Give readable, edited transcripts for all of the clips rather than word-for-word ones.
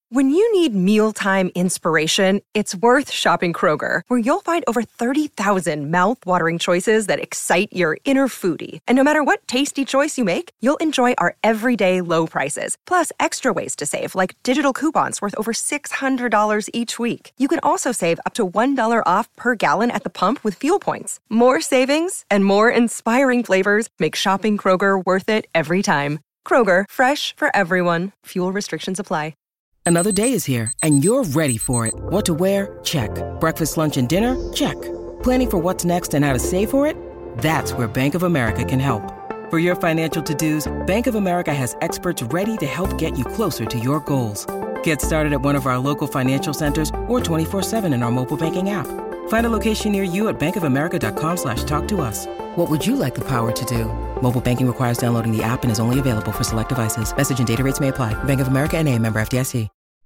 When you need mealtime inspiration, it's worth shopping Kroger, where you'll find over 30,000 mouth-watering choices that excite your inner foodie. And no matter what tasty choice you make, you'll enjoy our everyday low prices, plus extra ways to save, like digital coupons worth over $600 each week. You can also save up to $1 off per gallon at the pump with fuel points. More savings and more inspiring flavors make shopping Kroger worth it every time. Kroger, fresh for everyone. Fuel restrictions apply. Another day is here, and you're ready for it. What to wear? Check. Breakfast, lunch, and dinner? Check. Planning for what's next and how to save for it? That's where Bank of America can help. For your financial to-dos, Bank of America has experts ready to help get you closer to your goals. Get started at one of our local financial centers or 24/7 in our mobile banking app. Find a location near you at bankofamerica.com/talktous. What would you like the power to do? Mobile banking requires downloading the app and is only available for select devices. Message and data rates may apply. Bank of America N.A., member FDIC.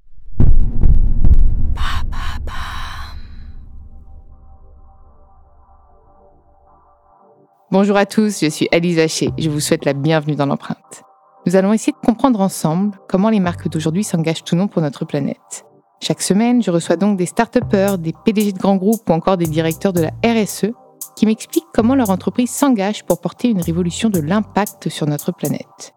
Bonjour à tous, je suis Alice Vacher. Je vous souhaite la bienvenue dans l'empreinte. Nous allons essayer de comprendre ensemble comment les marques d'aujourd'hui s'engagent ou non pour notre planète. Chaque semaine, je reçois donc des start-upers, des PDG de grands groupes ou encore des directeurs de la RSE qui m'expliquent comment leur entreprise s'engage pour porter une révolution de l'impact sur notre planète.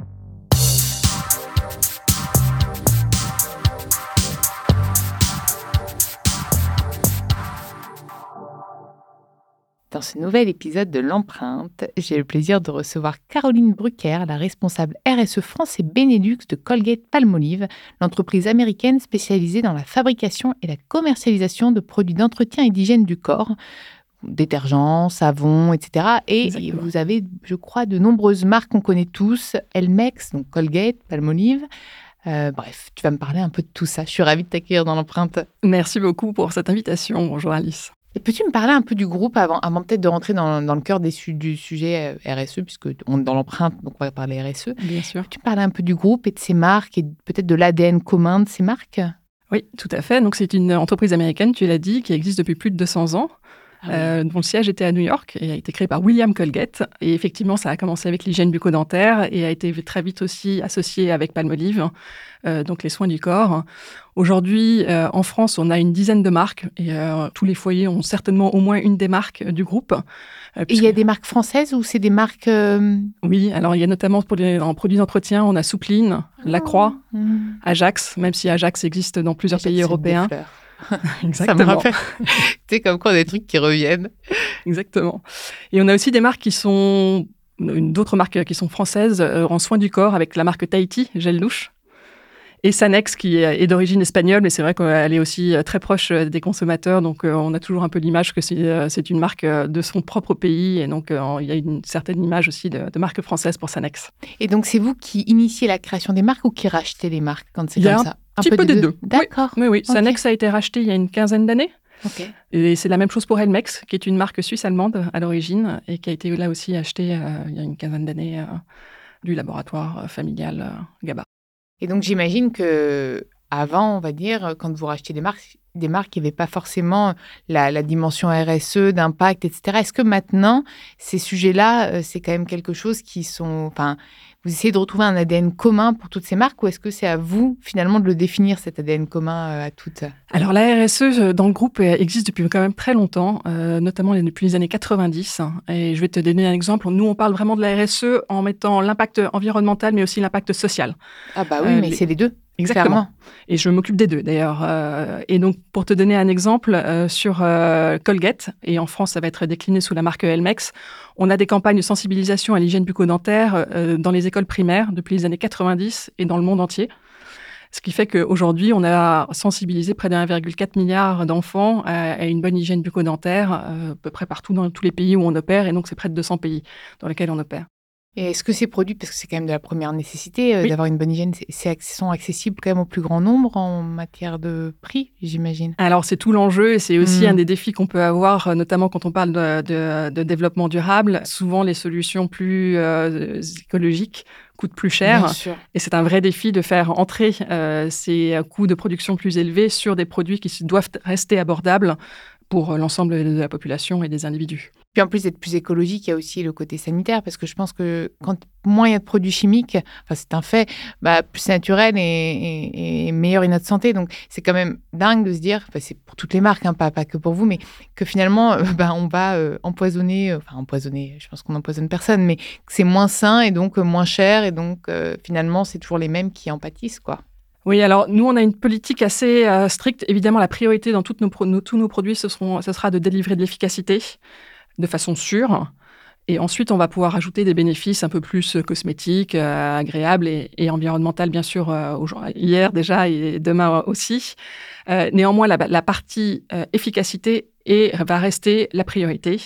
Dans ce nouvel épisode de l'Empreinte, j'ai le plaisir de recevoir Caroline Brucker, la responsable RSE France et Benelux de Colgate-Palmolive, l'entreprise américaine spécialisée dans la fabrication et la commercialisation de produits d'entretien et d'hygiène du corps, détergents, savons, etc. Et Exactement. Vous avez, je crois, de nombreuses marques qu'on connaît tous, Elmex, donc Colgate, Palmolive. Bref, tu vas me parler un peu de tout ça. Je suis ravie de t'accueillir dans l'Empreinte. Merci beaucoup pour cette invitation. Bonjour Alice. Et peux-tu me parler un peu du groupe avant peut-être de rentrer dans le cœur du sujet RSE, puisque on est dans l'empreinte, donc on va parler RSE. Bien sûr. Peux-tu me parler un peu du groupe et de ses marques et peut-être de l'ADN commun de ces marques ? Oui, tout à fait. Donc c'est une entreprise américaine, tu l'as dit, qui existe depuis plus de 200 ans. Dont le siège était à New York et a été créé par William Colgate. Et effectivement, ça a commencé avec l'hygiène bucco-dentaire et a été très vite aussi associé avec Palmolive, donc les soins du corps. Aujourd'hui, en France, on a une dizaine de marques et tous les foyers ont certainement au moins une des marques du groupe. Et il y a des marques françaises ou c'est des marques... Oui, alors il y a notamment en produits d'entretien, on a Soupline, Lacroix, Ajax, même si Ajax existe dans plusieurs pays européens. Exactement. Ça me rappelle. Tu sais, comme quoi, des trucs qui reviennent. Exactement. Et on a aussi des marques d'autres marques qui sont françaises en soins du corps avec la marque Tahiti, gel douche. Et Sanex, qui est d'origine espagnole, mais c'est vrai qu'elle est aussi très proche des consommateurs. Donc, on a toujours un peu l'image que c'est une marque de son propre pays. Et donc, il y a une certaine image aussi de marque française pour Sanex. Et donc, c'est vous qui initiez la création des marques ou qui rachetez les marques quand c'est comme ça ? Un petit peu des deux. D'accord. Oui. Okay. Sanex a été racheté il y a une quinzaine d'années. Okay. Et c'est la même chose pour Elmex, qui est une marque suisse-allemande à l'origine et qui a été là aussi achetée il y a une quinzaine d'années du laboratoire familial GABA. Et donc, j'imagine qu'avant, on va dire, quand vous rachetiez des marques, il n'y avait pas forcément la dimension RSE, d'impact, etc. Est-ce que maintenant, ces sujets-là, c'est quand même quelque chose qui sont... Enfin, vous essayez de retrouver un ADN commun pour toutes ces marques ou est-ce que c'est à vous, finalement, de le définir, cet ADN commun à toutes ? Alors, la RSE, dans le groupe, existe depuis quand même très longtemps, notamment depuis les années 90. Et je vais te donner un exemple. Nous, on parle vraiment de la RSE en mettant l'impact environnemental, mais aussi l'impact social. Ah bah oui, mais c'est les deux. Exactement. Clairement. Et je m'occupe des deux, d'ailleurs. Et donc, pour te donner un exemple, sur Colgate, et en France, ça va être décliné sous la marque Elmex, on a des campagnes de sensibilisation à l'hygiène bucco-dentaire dans les écoles primaires depuis les années 90 et dans le monde entier. Ce qui fait qu'aujourd'hui, on a sensibilisé près de 1,4 milliard d'enfants à une bonne hygiène bucco-dentaire, à peu près partout dans tous les pays où on opère. Et donc, c'est près de 200 pays dans lesquels on opère. Et est-ce que ces produits, parce que c'est quand même de la première nécessité, oui. d'avoir une bonne hygiène, sont accessibles quand même au plus grand nombre en matière de prix, j'imagine ? Alors, c'est tout l'enjeu et c'est aussi un des défis qu'on peut avoir, notamment quand on parle de développement durable. Souvent, les solutions plus écologiques coûtent plus cher. Et c'est un vrai défi de faire entrer ces coûts de production plus élevés sur des produits qui doivent rester abordables pour l'ensemble de la population et des individus. Puis en plus d'être plus écologique, il y a aussi le côté sanitaire, parce que je pense que quand moins il y a de produits chimiques, c'est un fait, plus c'est naturel et meilleur est notre santé. Donc c'est quand même dingue de se dire, c'est pour toutes les marques, pas que pour vous, mais que finalement on va empoisonner, je pense qu'on n'empoisonne personne, mais que c'est moins sain et donc moins cher, et donc finalement c'est toujours les mêmes qui en pâtissent, quoi. Oui, alors nous, on a une politique assez stricte. Évidemment, la priorité dans tous nos produits, ce sera de délivrer de l'efficacité de façon sûre. Et ensuite, on va pouvoir ajouter des bénéfices un peu plus cosmétiques, agréables et environnementaux, bien sûr, hier déjà et demain aussi. Néanmoins, la partie efficacité va rester la priorité.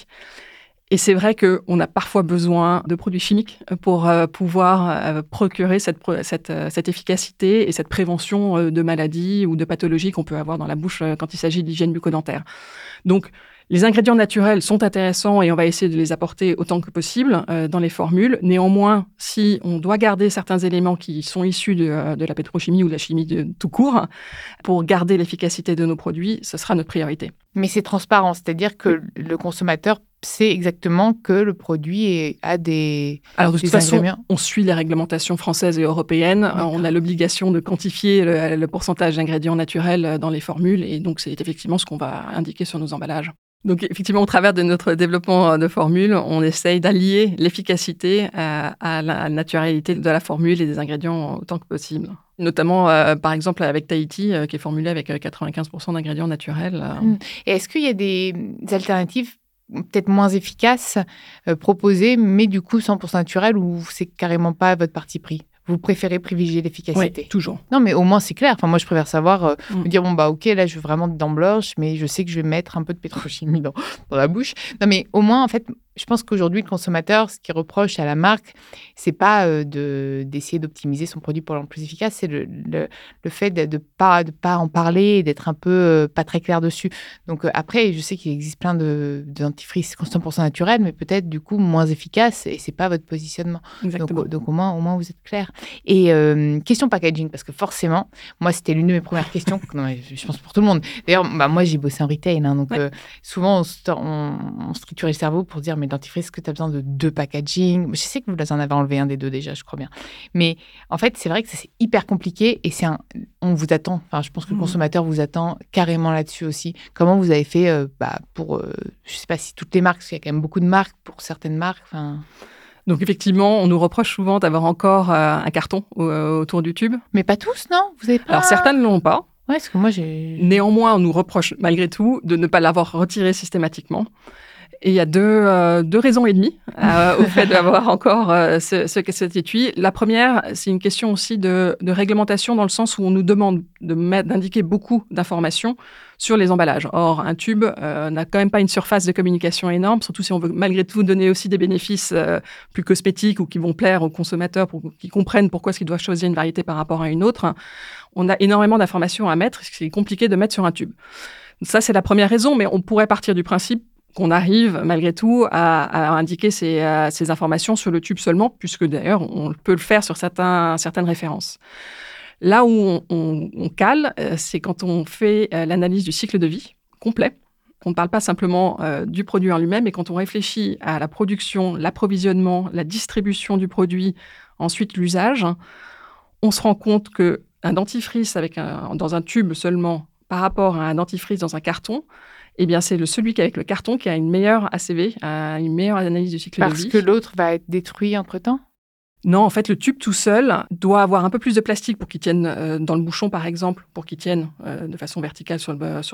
Et c'est vrai qu'on a parfois besoin de produits chimiques pour pouvoir procurer cette efficacité et cette prévention de maladies ou de pathologies qu'on peut avoir dans la bouche quand il s'agit d'hygiène bucco-dentaire. Donc, les ingrédients naturels sont intéressants et on va essayer de les apporter autant que possible dans les formules. Néanmoins, si on doit garder certains éléments qui sont issus de la pétrochimie ou de la chimie tout court, pour garder l'efficacité de nos produits, ce sera notre priorité. Mais c'est transparent, c'est-à-dire que le consommateur sait exactement que le produit a des Alors de toute ingrédients. façon, on suit les réglementations françaises et européennes. D'accord. On a l'obligation de quantifier le pourcentage d'ingrédients naturels dans les formules et donc c'est effectivement ce qu'on va indiquer sur nos emballages. Donc effectivement, au travers de notre développement de formules, on essaye d'allier l'efficacité à la naturalité de la formule et des ingrédients autant que possible. Notamment, par exemple, avec Tahiti, qui est formulé avec 95% d'ingrédients naturels. Et est-ce qu'il y a des alternatives peut-être moins efficaces proposées, mais du coup 100% naturelles, ou c'est carrément pas votre parti pris ? Vous préférez privilégier l'efficacité ? Oui, toujours. Non, mais au moins, c'est clair. Moi, je préfère savoir, me dire, OK, là, je veux vraiment de dents blanches, mais je sais que je vais mettre un peu de pétrochimie dans la bouche. Non, mais au moins, en fait, je pense qu'aujourd'hui, le consommateur, ce qu'il reproche à la marque, c'est pas d'essayer d'optimiser son produit pour le rendre plus efficace, c'est le fait de pas en parler et d'être un peu pas très clair dessus. Donc après, je sais qu'il existe plein de dentifrices 100% naturels, mais peut-être du coup moins efficaces, et c'est pas votre positionnement. Exactement. Donc au moins vous êtes clair. Et question packaging, parce que forcément, moi c'était l'une de mes premières questions. Non, je pense pour tout le monde. D'ailleurs, moi j'ai bossé en retail, donc souvent on structure le cerveau pour dire, mais dentifrice, est-ce que tu as besoin de 2 packaging ? Je sais que vous en avez enlevé un des 2 déjà, je crois bien. Mais en fait, c'est vrai que c'est hyper compliqué et on vous attend. Enfin, je pense que le consommateur vous attend carrément là-dessus aussi. Comment vous avez fait pour, je sais pas si toutes les marques, parce qu'il y a quand même beaucoup de marques, pour certaines marques. Donc effectivement, on nous reproche souvent d'avoir encore un carton autour du tube. Mais pas tous, non ? Vous avez pas... Alors certains ne l'ont pas. Ouais, parce que moi j'ai... Néanmoins, on nous reproche malgré tout de ne pas l'avoir retiré systématiquement. Et il y a deux raisons et demie au fait d'avoir encore cet étui. La première, c'est une question aussi de réglementation, dans le sens où on nous demande d'indiquer beaucoup d'informations sur les emballages. Or, un tube n'a quand même pas une surface de communication énorme, surtout si on veut malgré tout donner aussi des bénéfices plus cosmétiques ou qui vont plaire aux consommateurs pour qu'ils comprennent pourquoi est-ce qu'ils doivent choisir une variété par rapport à une autre. On a énormément d'informations à mettre, ce qui est compliqué de mettre sur un tube. Ça, c'est la première raison, mais on pourrait partir du principe qu'on arrive malgré tout à indiquer ces informations sur le tube seulement, puisque d'ailleurs, on peut le faire sur certaines références. Là où on cale, c'est quand on fait l'analyse du cycle de vie complet. On ne parle pas simplement du produit en lui-même, mais quand on réfléchit à la production, l'approvisionnement, la distribution du produit, ensuite l'usage, on se rend compte qu'un dentifrice dans un tube seulement par rapport à un dentifrice dans un carton, eh bien, c'est celui qui avec le carton qui a une meilleure ACV, une meilleure analyse du cycle de vie. Parce que l'autre va être détruit entre-temps ? Non, en fait, le tube tout seul doit avoir un peu plus de plastique pour qu'il tienne dans le bouchon, par exemple, pour qu'il tienne de façon verticale sur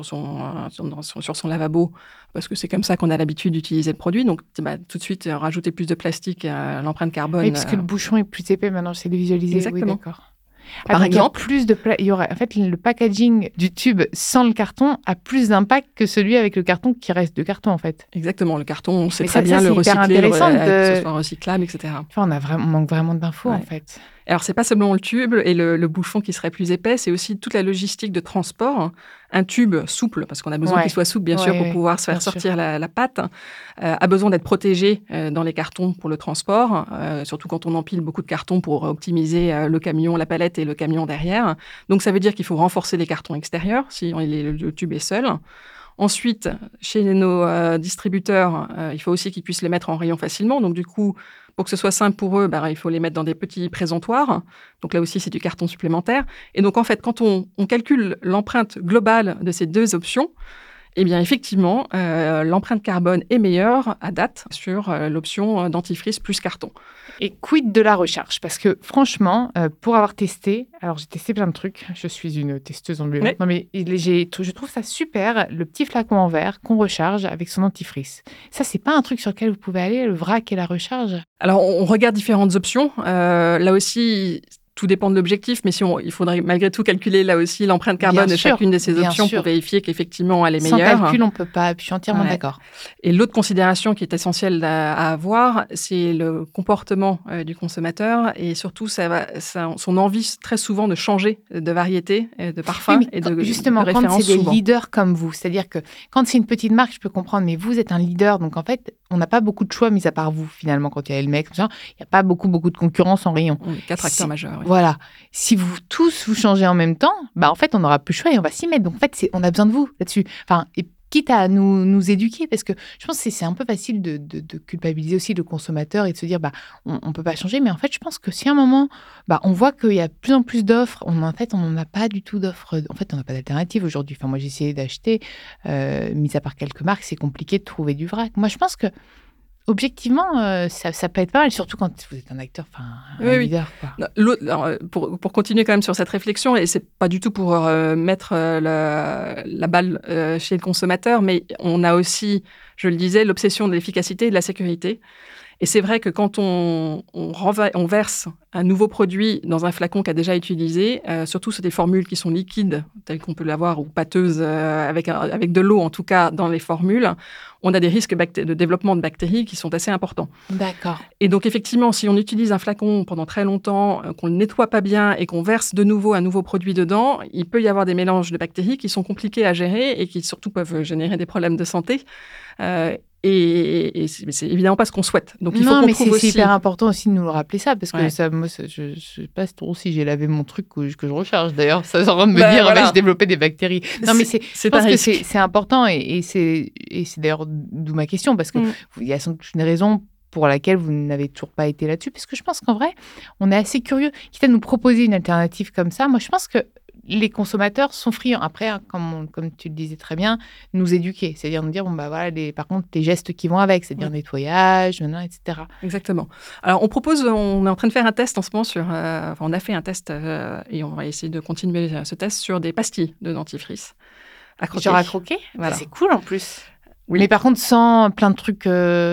son lavabo, parce que c'est comme ça qu'on a l'habitude d'utiliser le produit. Donc, tout de suite, rajouter plus de plastique à l'empreinte carbone. Oui, parce que le bouchon est plus épais maintenant, j'essaie de visualiser. Exactement. Oui, d'accord. Par exemple, il y aurait, en fait, le packaging du tube sans le carton a plus d'impact que celui avec le carton qui reste de carton, en fait. Exactement, le carton, on sait très bien le recycler, que ce soit recyclable, etc. Enfin, on manque vraiment d'infos, en fait. Alors, c'est pas seulement le tube et le bouchon qui serait plus épais, c'est aussi toute la logistique de transport. Un tube souple, parce qu'on a besoin qu'il soit souple, bien sûr, pour pouvoir se faire sortir la pâte, a besoin d'être protégé dans les cartons pour le transport, surtout quand on empile beaucoup de cartons pour optimiser le camion, la palette et le camion derrière. Donc, ça veut dire qu'il faut renforcer les cartons extérieurs si le tube est seul. Ensuite, chez nos distributeurs, il faut aussi qu'ils puissent les mettre en rayon facilement. Donc, du coup, pour que ce soit simple pour eux, il faut les mettre dans des petits présentoirs. Donc, là aussi, c'est du carton supplémentaire. Et donc, en fait, quand on calcule l'empreinte globale de ces deux options, eh bien, effectivement, l'empreinte carbone est meilleure à date sur l'option dentifrice plus carton. Et quid de la recharge? Parce que franchement, pour avoir testé, alors j'ai testé plein de trucs, je suis une testeuse ambulante, Oui. non mais je trouve ça super, le petit flacon en verre qu'on recharge avec son dentifrice. Ça, c'est pas un truc sur lequel vous pouvez aller, le vrac et la recharge? Alors, on regarde différentes options. Là aussi, tout dépend de l'objectif, mais il faudrait malgré tout calculer là aussi l'empreinte carbone de chacune de ces options pour vérifier qu'effectivement elle est meilleure. Sans calcul, on ne peut pas. Je suis entièrement d'accord. Et l'autre considération qui est essentielle à avoir, c'est le comportement du consommateur et surtout son envie très souvent de changer de variété, de parfum et de justement, de quand référence c'est des souvent. leaders comme vous, c'est-à-dire que quand c'est une petite marque, je peux comprendre, mais vous êtes un leader, donc en fait, on n'a pas beaucoup de choix, mis à part vous, finalement, quand il y a Elmex, il n'y a pas beaucoup de concurrence en rayon. On est 4 acteurs majeurs. Oui. Voilà. Si vous tous vous changez en même temps, en fait, on n'aura plus le choix et on va s'y mettre. Donc, en fait, on a besoin de vous là-dessus. Enfin, et quitte à nous éduquer, parce que je pense que c'est un peu facile de culpabiliser aussi le consommateur et de se dire, on ne peut pas changer. Mais en fait, je pense que si à un moment, on voit qu'il y a de plus en plus d'offres, on n'en a pas du tout d'offres. En fait, on n'a pas d'alternative aujourd'hui. Enfin, moi, j'ai essayé d'acheter, mis à part quelques marques, c'est compliqué de trouver du vrac. Moi, je pense que objectivement, ça peut être pas mal, surtout quand vous êtes un acteur, un leader. Quoi. Alors, pour continuer quand même sur cette réflexion, et c'est pas du tout pour mettre la balle chez le consommateur, mais on a aussi, je le disais, l'obsession de l'efficacité et de la sécurité. Et c'est vrai que quand on verse un nouveau produit dans un flacon qui a déjà été utilisé, surtout sur des formules qui sont liquides, telles qu'on peut l'avoir, ou pâteuses, avec de l'eau en tout cas dans les formules, on a des risques de développement de bactéries qui sont assez importants. D'accord. Et donc effectivement, si on utilise un flacon pendant très longtemps, qu'on ne le nettoie pas bien et qu'on verse de nouveau un nouveau produit dedans, il peut y avoir des mélanges de bactéries qui sont compliqués à gérer et qui surtout peuvent générer des problèmes de santé. Et c'est évidemment pas ce qu'on souhaite. Donc il faut qu'on trouve aussi... c'est hyper important aussi de nous le rappeler ça, parce que ça, moi, je sais pas trop si j'ai lavé mon truc que je recharge. D'ailleurs, ça sera de me dire, voilà. Je développais des bactéries. Non, mais je pense que c'est important et c'est d'ailleurs d'où ma question, parce que il y a sans doute une raison pour laquelle vous n'avez toujours pas été là-dessus, parce que je pense qu'en vrai, on est assez curieux. Quitte à nous proposer une alternative comme ça, moi, je pense que les consommateurs sont friands. Après, comme tu le disais très bien, nous éduquer. C'est-à-dire nous dire, voilà, par contre, les gestes qui vont avec, c'est-à-dire nettoyage, etc. Exactement. Alors, on est en train de faire un test en ce moment on a fait un test et on va essayer de continuer ce test sur des pastilles de dentifrice. Genre à croquer. Voilà. C'est cool en plus. Oui. Mais par contre, sans plein de trucs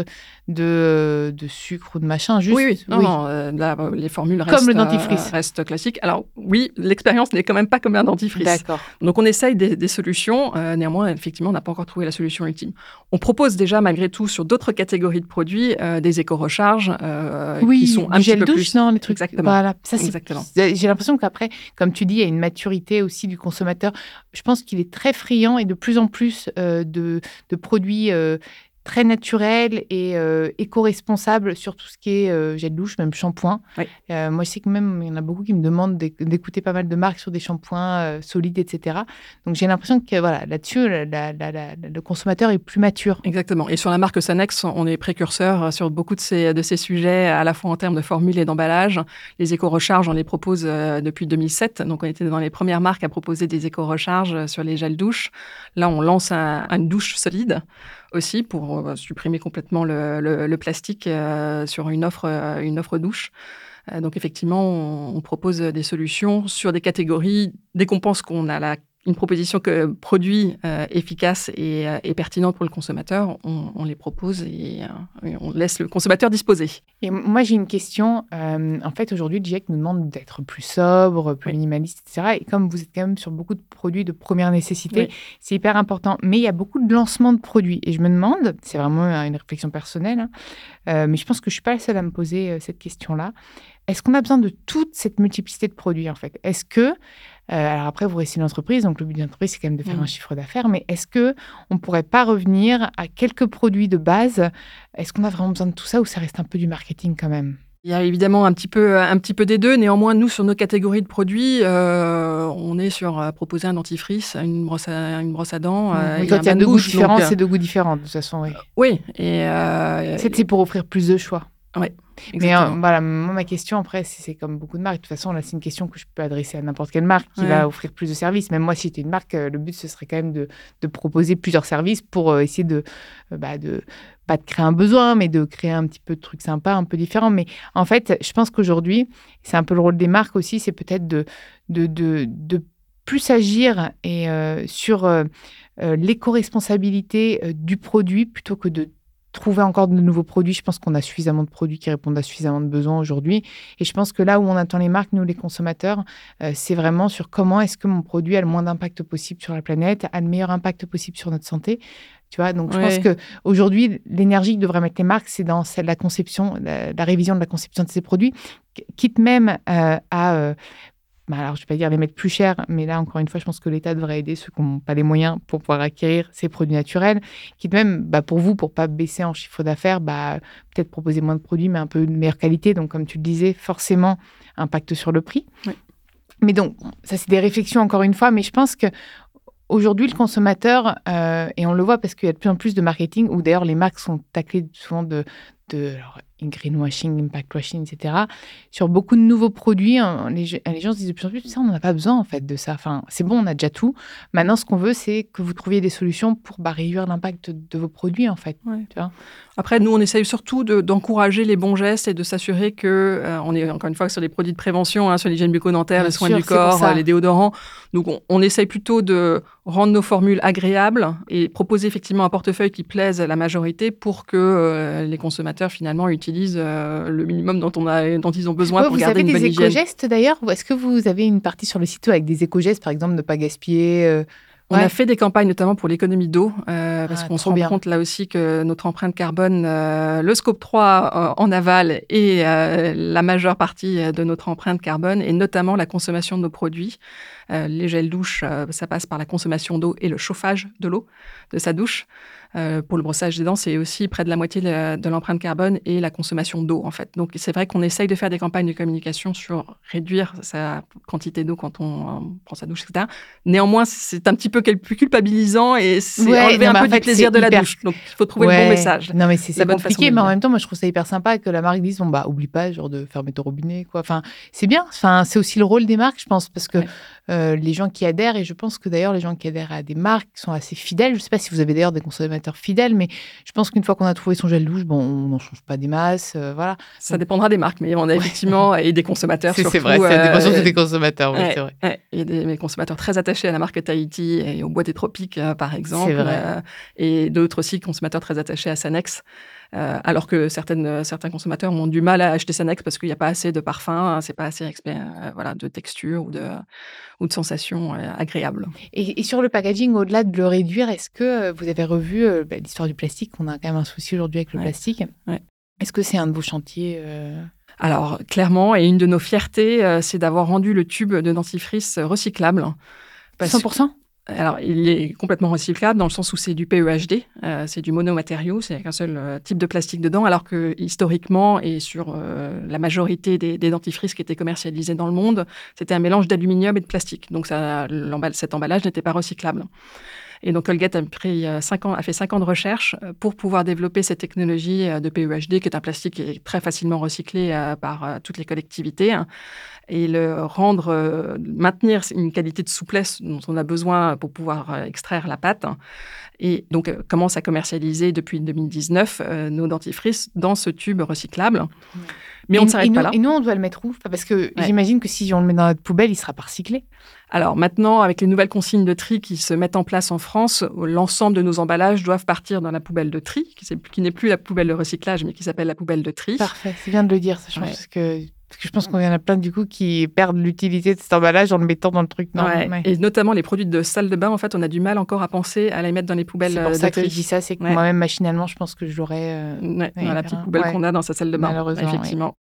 de sucre ou de machin, juste... Oui. Non, là, les formules comme le dentifrice. Restent classiques. Alors oui, l'expérience n'est quand même pas comme un dentifrice. D'accord. Donc on essaye des solutions. Néanmoins, effectivement, on n'a pas encore trouvé la solution ultime. On propose déjà, malgré tout, sur d'autres catégories de produits, des éco-recharges qui sont un petit peu plus... douche, non, les trucs. Exactement. Voilà. Ça, Exactement. J'ai l'impression qu'après, comme tu dis, il y a une maturité aussi du consommateur. Je pense qu'il est très friand et de plus en plus de produits... très naturel et éco-responsable sur tout ce qui est gel douche, même shampoing. Oui. Moi, je sais que même, il y en a beaucoup qui me demandent d'écouter pas mal de marques sur des shampoings solides, etc. Donc, j'ai l'impression que là-dessus, le consommateur est plus mature. Exactement. Et sur la marque Sanex, on est précurseur sur beaucoup de ces sujets, à la fois en termes de formules et d'emballage. Les éco-recharges, on les propose depuis 2007. Donc, on était dans les premières marques à proposer des éco-recharges sur les gels douche. Là, on lance une douche solide aussi pour supprimer complètement le plastique sur une offre douche. Donc effectivement, on propose des solutions sur des catégories. Dès qu'on pense qu'on a une proposition produit efficace et pertinente pour le consommateur, on les propose et on laisse le consommateur disposer. Et moi, j'ai une question. En fait, aujourd'hui, le GIEC nous demande d'être plus sobre, plus minimaliste, etc. Et comme vous êtes quand même sur beaucoup de produits de première nécessité, c'est hyper important. Mais il y a beaucoup de lancements de produits. Et je me demande, c'est vraiment une réflexion personnelle, mais je pense que je ne suis pas la seule à me poser cette question-là. Est-ce qu'on a besoin de toute cette multiplicité de produits, en fait? Est-ce que... alors après, vous restez une entreprise, donc le but d'une entreprise, c'est quand même de faire un chiffre d'affaires, mais est-ce qu'on ne pourrait pas revenir à quelques produits de base? Est-ce qu'on a vraiment besoin de tout ça ou ça reste un peu du marketing quand même? Il y a évidemment un petit peu des deux. Néanmoins, nous, sur nos catégories de produits, on est sur proposer un dentifrice, une brosse à dents. Oui, quand il y a deux goûts différents, c'est deux goûts différents, de toute façon. Oui. Oui. Et, c'est pour offrir plus de choix. Oui. Mais voilà, moi, ma question, après, c'est comme beaucoup de marques. De toute façon, là, c'est une question que je peux adresser à n'importe quelle marque qui va offrir plus de services. Même moi, si j'étais une marque, le but, ce serait quand même de proposer plusieurs services pour essayer de pas de créer un besoin, mais de créer un petit peu de trucs sympas, un peu différents. Mais en fait, je pense qu'aujourd'hui, c'est un peu le rôle des marques aussi, c'est peut-être de plus agir et sur l'éco-responsabilité du produit plutôt que de trouver encore de nouveaux produits. Je pense qu'on a suffisamment de produits qui répondent à suffisamment de besoins aujourd'hui. Et je pense que là où on attend les marques, nous les consommateurs, c'est vraiment sur comment est-ce que mon produit a le moins d'impact possible sur la planète, a le meilleur impact possible sur notre santé. Tu vois, donc je pense qu'aujourd'hui, l'énergie que devraient mettre les marques, c'est dans la conception, la révision de la conception de ces produits, quitte même alors, je ne vais pas dire les mettre plus chers, mais là, encore une fois, je pense que l'État devrait aider ceux qui n'ont pas les moyens pour pouvoir acquérir ces produits naturels. Quitte même, pour vous, pour ne pas baisser en chiffre d'affaires, peut-être proposer moins de produits, mais un peu de meilleure qualité. Donc, comme tu le disais, forcément, impact sur le prix. Oui. Mais donc, ça, c'est des réflexions, encore une fois, mais je pense qu'aujourd'hui, le consommateur, et on le voit parce qu'il y a de plus en plus de marketing, où d'ailleurs, les marques sont taclées souvent de greenwashing, impact washing, etc. Sur beaucoup de nouveaux produits, les gens se disent de plus en plus, ça, on n'en a pas besoin en fait de ça. Enfin, c'est bon, on a déjà tout. Maintenant, ce qu'on veut, c'est que vous trouviez des solutions pour réduire l'impact de vos produits en fait. Ouais. Tu vois. Après, nous, on essaye surtout d'encourager les bons gestes et de s'assurer que, on est encore une fois sur les produits de prévention, sur l'hygiène bucco-dentaire, les soins du corps, les déodorants. Donc, on essaye plutôt de rendre nos formules agréables et proposer effectivement un portefeuille qui plaise à la majorité pour que les consommateurs finalement utilisent le minimum dont ils ont besoin pour garder une bonne hygiène. Vous avez des éco-gestes d'ailleurs? Ou est-ce que vous avez une partie sur le site avec des éco-gestes, par exemple, ne pas gaspiller On a fait des campagnes notamment pour l'économie d'eau, parce qu'on se rend compte là aussi que notre empreinte carbone, le scope 3 en aval est la majeure partie de notre empreinte carbone, et notamment la consommation de nos produits. Les gels douche, ça passe par la consommation d'eau et le chauffage de l'eau de sa douche. Pour le brossage des dents, c'est aussi près de la moitié de l'empreinte carbone et la consommation d'eau, en fait. Donc, c'est vrai qu'on essaye de faire des campagnes de communication sur réduire sa quantité d'eau quand on prend sa douche, etc. Néanmoins, c'est un petit peu plus culpabilisant et c'est enlever un peu du plaisir de la douche. Donc, il faut trouver le bon message. Non, mais c'est compliqué, mais en même temps, moi, je trouve ça hyper sympa que la marque dise, oublie pas, de fermer ton robinet, quoi. Enfin, c'est bien. Enfin, c'est aussi le rôle des marques, je pense, parce que les gens qui adhèrent, et je pense que d'ailleurs, les gens qui adhèrent à des marques sont assez fidèles. Je sais pas si vous avez d'ailleurs des consommateurs fidèles, mais je pense qu'une fois qu'on a trouvé son gel douche, on n'en change pas des masses, voilà. Ça dépendra des marques, mais on a effectivement, et des consommateurs surtout. C'est vrai, ça dépend des consommateurs, c'est vrai. Il y a des consommateurs très attachés à la marque Tahiti et au bois des tropiques, par exemple. C'est vrai. Et d'autres aussi consommateurs très attachés à Sanex. Alors que certains consommateurs ont du mal à acheter Sanex parce qu'il n'y a pas assez de parfum, c'est pas assez de texture ou de sensations agréables. Et sur le packaging, au-delà de le réduire, est-ce que vous avez revu l'histoire du plastique? On a quand même un souci aujourd'hui avec le plastique. Ouais. Est-ce que c'est un de vos chantiers Alors, clairement, et une de nos fiertés, c'est d'avoir rendu le tube de dentifrice recyclable. 100%? Alors, il est complètement recyclable dans le sens où c'est du PEHD, c'est du monomatériau, c'est avec un seul type de plastique dedans, alors que historiquement et sur la majorité des dentifrices qui étaient commercialisés dans le monde, c'était un mélange d'aluminium et de plastique. Donc, cet emballage n'était pas recyclable. Et donc, Colgate a fait 5 ans de recherche pour pouvoir développer cette technologie de PEHD, qui est un plastique qui est très facilement recyclé par toutes les collectivités, et maintenir une qualité de souplesse dont on a besoin pour pouvoir extraire la pâte. Et donc, commence à commercialiser depuis 2019 nos dentifrices dans ce tube recyclable. Mais on ne s'arrête pas là. Et nous, on doit le mettre où? Parce que j'imagine que si on le met dans notre poubelle, il ne sera pas recyclé. Alors maintenant, avec les nouvelles consignes de tri qui se mettent en place en France, l'ensemble de nos emballages doivent partir dans la poubelle de tri, qui n'est plus la poubelle de recyclage, mais qui s'appelle la poubelle de tri. Parfait, c'est bien de le dire, ça change, parce que je pense qu'il y en a plein du coup qui perdent l'utilité de cet emballage en le mettant dans le truc. Et notamment les produits de salle de bain, en fait, on a du mal encore à penser à les mettre dans les poubelles de tri. C'est pour ça que je dis ça, c'est que moi-même, machinalement, je pense que je l'aurais... dans la petite poubelle qu'on a dans sa salle de bain, malheureusement, effectivement.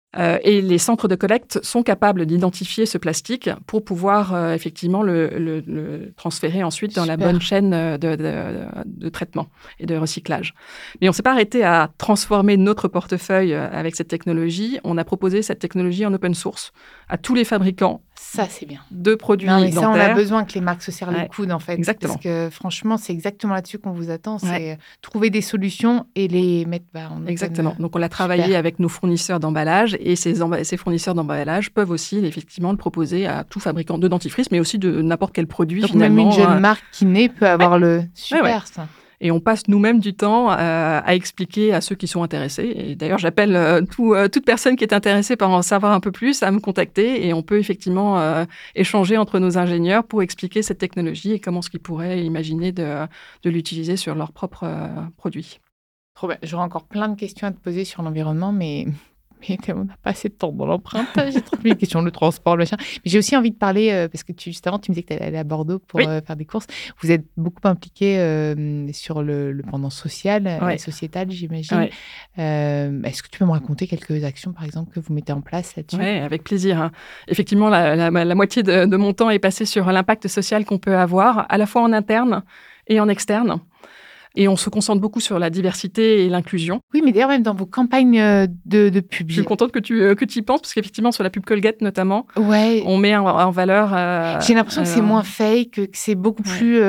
Et les centres de collecte sont capables d'identifier ce plastique pour pouvoir effectivement le transférer ensuite dans la bonne chaîne de traitement et de recyclage. Mais on ne s'est pas arrêté à transformer notre portefeuille avec cette technologie. On a proposé cette technologie en open source à tous les fabricants. Ça, c'est bien. De produits non, mais dentaires. Ça, on a besoin que les marques se serrent le coude, en fait. Exactement. Parce que franchement, c'est exactement là-dessus qu'on vous attend. C'est trouver des solutions et les mettre en open. Exactement. Donc, on l'a travaillé avec nos fournisseurs d'emballage et ces fournisseurs d'emballage peuvent aussi, effectivement, le proposer à tout fabricant de dentifrice, mais aussi de n'importe quel produit, donc, finalement. Même une jeune marque qui naît peut avoir le... Super, ça. Et on passe nous-mêmes du temps à expliquer à ceux qui sont intéressés. Et d'ailleurs, j'appelle toute personne qui est intéressée par en savoir un peu plus à me contacter. Et on peut effectivement échanger entre nos ingénieurs pour expliquer cette technologie et comment ce qu'ils pourraient imaginer de l'utiliser sur leurs propres produits. Trop bien. J'aurais encore plein de questions à te poser sur l'environnement, mais on n'a pas assez de temps dans l'empreinte. J'ai trop de questions, le transport, le machin. Mais j'ai aussi envie de parler, parce que juste avant, tu me disais que tu allais aller à Bordeaux pour faire des courses. Vous êtes beaucoup impliqué sur le pendant social et sociétal, j'imagine. Ouais. Est-ce que tu peux me raconter quelques actions, par exemple, que vous mettez en place là-dessus ? Oui, avec plaisir. Effectivement, la moitié de mon temps est passé sur l'impact social qu'on peut avoir, à la fois en interne et en externe. Et on se concentre beaucoup sur la diversité et l'inclusion. Oui, mais d'ailleurs, même dans vos campagnes de pub. Je suis contente que tu y penses, parce qu'effectivement, sur la pub Colgate notamment, on met en valeur... J'ai l'impression que c'est moins fake, que c'est beaucoup plus...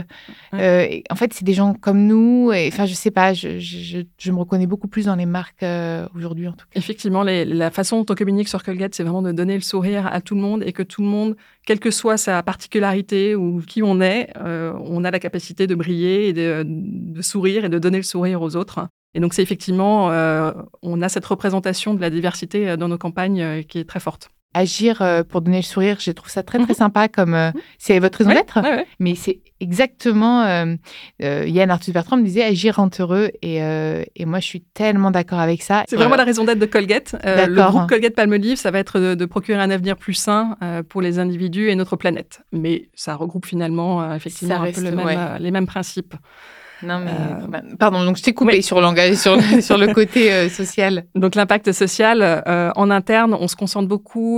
en fait, c'est des gens comme nous. Enfin, je sais pas, je me reconnais beaucoup plus dans les marques aujourd'hui, en tout cas. Effectivement, la façon dont on communique sur Colgate, c'est vraiment de donner le sourire à tout le monde et que tout le monde, quelle que soit sa particularité ou qui on est, on a la capacité de briller et de sourire et de donner le sourire aux autres. Et donc, c'est effectivement, on a cette représentation de la diversité dans nos campagnes qui est très forte. Agir pour donner le sourire, je trouve ça très, très sympa. Comme c'est votre raison d'être, mais c'est exactement... Yann Arthus-Bertrand me disait « Agir rend heureux ». Et moi, je suis tellement d'accord avec ça. C'est vraiment la raison d'être de Colgate. Le groupe Colgate-Palmolive, ça va être de procurer un avenir plus sain pour les individus et notre planète. Mais ça regroupe finalement effectivement un peu les mêmes principes. Non, mais pardon, donc je t'ai coupé sur le côté social. Donc l'impact social, en interne, on se concentre beaucoup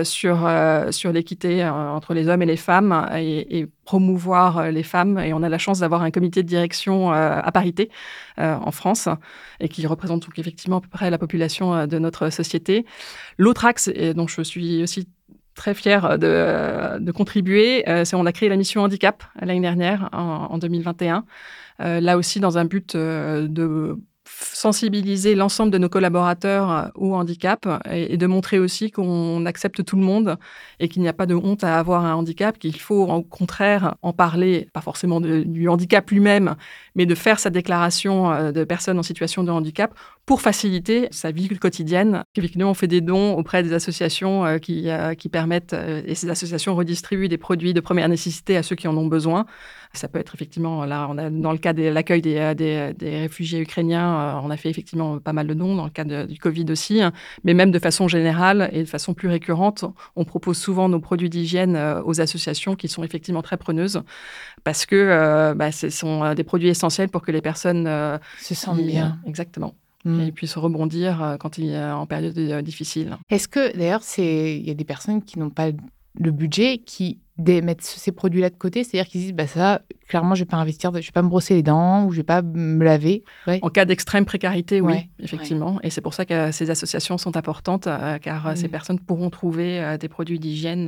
sur l'équité entre les hommes et les femmes et promouvoir les femmes. Et on a la chance d'avoir un comité de direction à parité en France et qui représente donc effectivement à peu près la population de notre société. L'autre axe, et dont je suis aussi très fière de contribuer, c'est on a créé la mission handicap l'année dernière, en 2021. Là aussi, dans un but de sensibiliser l'ensemble de nos collaborateurs au handicap et de montrer aussi qu'on accepte tout le monde et qu'il n'y a pas de honte à avoir un handicap, qu'il faut au contraire en parler, pas forcément du handicap lui-même, mais de faire sa déclaration de personnes en situation de handicap pour faciliter sa vie quotidienne. Effectivement, on fait des dons auprès des associations qui permettent, et ces associations redistribuent des produits de première nécessité à ceux qui en ont besoin. Ça peut être effectivement, là, on a, dans le cas de l'accueil des réfugiés ukrainiens, on a fait effectivement pas mal de dons, dans le cas du Covid aussi, mais même de façon générale et de façon plus récurrente, on propose souvent nos produits d'hygiène aux associations qui sont effectivement très preneuses, parce que ce sont des produits essentiels pour que les personnes se sentent bien. Exactement. Et puissent rebondir quand il est en période difficile. Est-ce que, d'ailleurs, il y a des personnes qui n'ont pas le budget, qui mettent ces produits-là de côté, c'est-à-dire qu'ils disent, ça, clairement, je ne vais pas investir, je ne vais pas me brosser les dents ou je ne vais pas me laver. Ouais. En cas d'extrême précarité, oui, effectivement. Ouais. Et c'est pour ça que ces associations sont importantes, car ces personnes pourront trouver des produits d'hygiène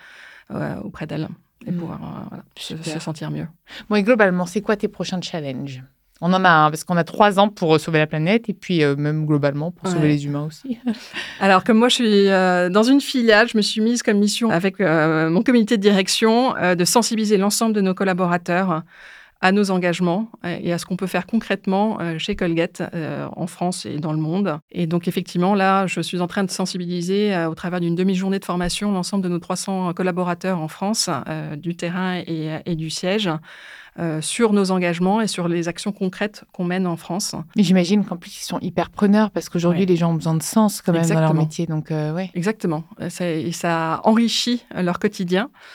auprès d'elles et pouvoir se sentir mieux. Bon, et globalement, c'est quoi tes prochains challenges ? On en a un, parce qu'on a 3 ans pour sauver la planète et puis même globalement pour sauver les humains aussi. Alors, comme moi, je suis dans une filiale, je me suis mise comme mission avec mon comité de direction de sensibiliser l'ensemble de nos collaborateurs à nos engagements et à ce qu'on peut faire concrètement chez Colgate en France et dans le monde. Et donc, effectivement, là, je suis en train de sensibiliser au travers d'une demi-journée de formation l'ensemble de nos 300 collaborateurs en France, du terrain et du siège, sur nos engagements et sur les actions concrètes qu'on mène en France. Et j'imagine qu'en plus, ils sont hyper preneurs parce qu'aujourd'hui, les gens ont besoin de sens quand même dans leur métier. Donc, Exactement. Et ça enrichit leur quotidien.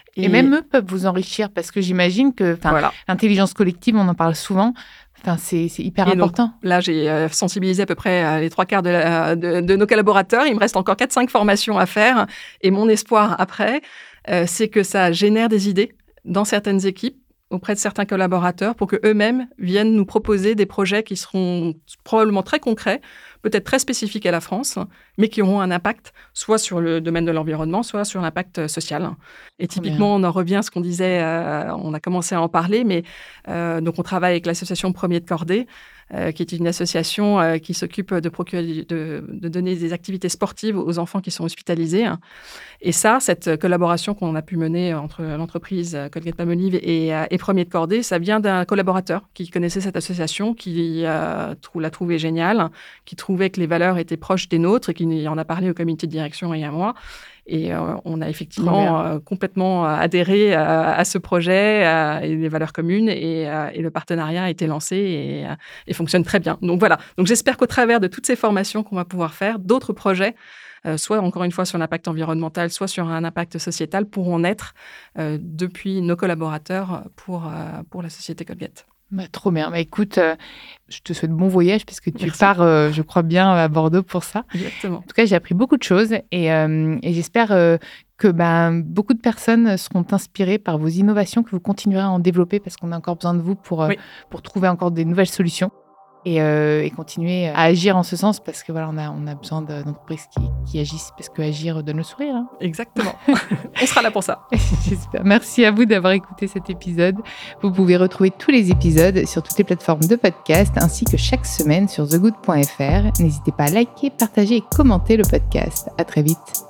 Et même eux peuvent vous enrichir parce que j'imagine que l'intelligence collective, on en parle souvent. C'est hyper important. Donc, là, j'ai sensibilisé à peu près les 3/4 de nos collaborateurs. Il me reste encore 4-5 formations à faire. Et mon espoir après, c'est que ça génère des idées dans certaines équipes, auprès de certains collaborateurs, pour qu'eux-mêmes viennent nous proposer des projets qui seront probablement très concrets, peut-être très spécifiques à la France, mais qui auront un impact soit sur le domaine de l'environnement, soit sur l'impact social. Et typiquement, on en revient à ce qu'on disait, on a commencé à en parler, mais donc on travaille avec l'association Premier de Cordée, qui est une association qui s'occupe de donner des activités sportives aux enfants qui sont hospitalisés. Et ça, cette collaboration qu'on a pu mener entre l'entreprise Colgate-Palmolive et Premier de Cordée, ça vient d'un collaborateur qui connaissait cette association, qui l'a trouvée géniale, qui trouvait que les valeurs étaient proches des nôtres et qui en a parlé au comité de direction et à moi. Et on a effectivement complètement adhéré à ce projet et les valeurs communes et le partenariat a été lancé et fonctionne très bien. Donc voilà. Donc j'espère qu'au travers de toutes ces formations qu'on va pouvoir faire, d'autres projets, soit encore une fois sur l'impact environnemental, soit sur un impact sociétal, pourront naître depuis nos collaborateurs pour la société Colgate. Trop bien. Écoute, je te souhaite bon voyage parce que tu pars, je crois bien, à Bordeaux pour ça. Exactement. En tout cas, j'ai appris beaucoup de choses et j'espère que beaucoup de personnes seront inspirées par vos innovations, que vous continuerez à en développer parce qu'on a encore besoin de vous pour trouver encore des nouvelles solutions et continuer à agir en ce sens parce que on a besoin d'entreprises qui agissent parce que agir donne le sourire. Hein. Exactement. On sera là pour ça. J'espère. Merci à vous d'avoir écouté cet épisode. Vous pouvez retrouver tous les épisodes sur toutes les plateformes de podcast ainsi que chaque semaine sur thegood.fr. N'hésitez pas à liker, partager et commenter le podcast. À très vite.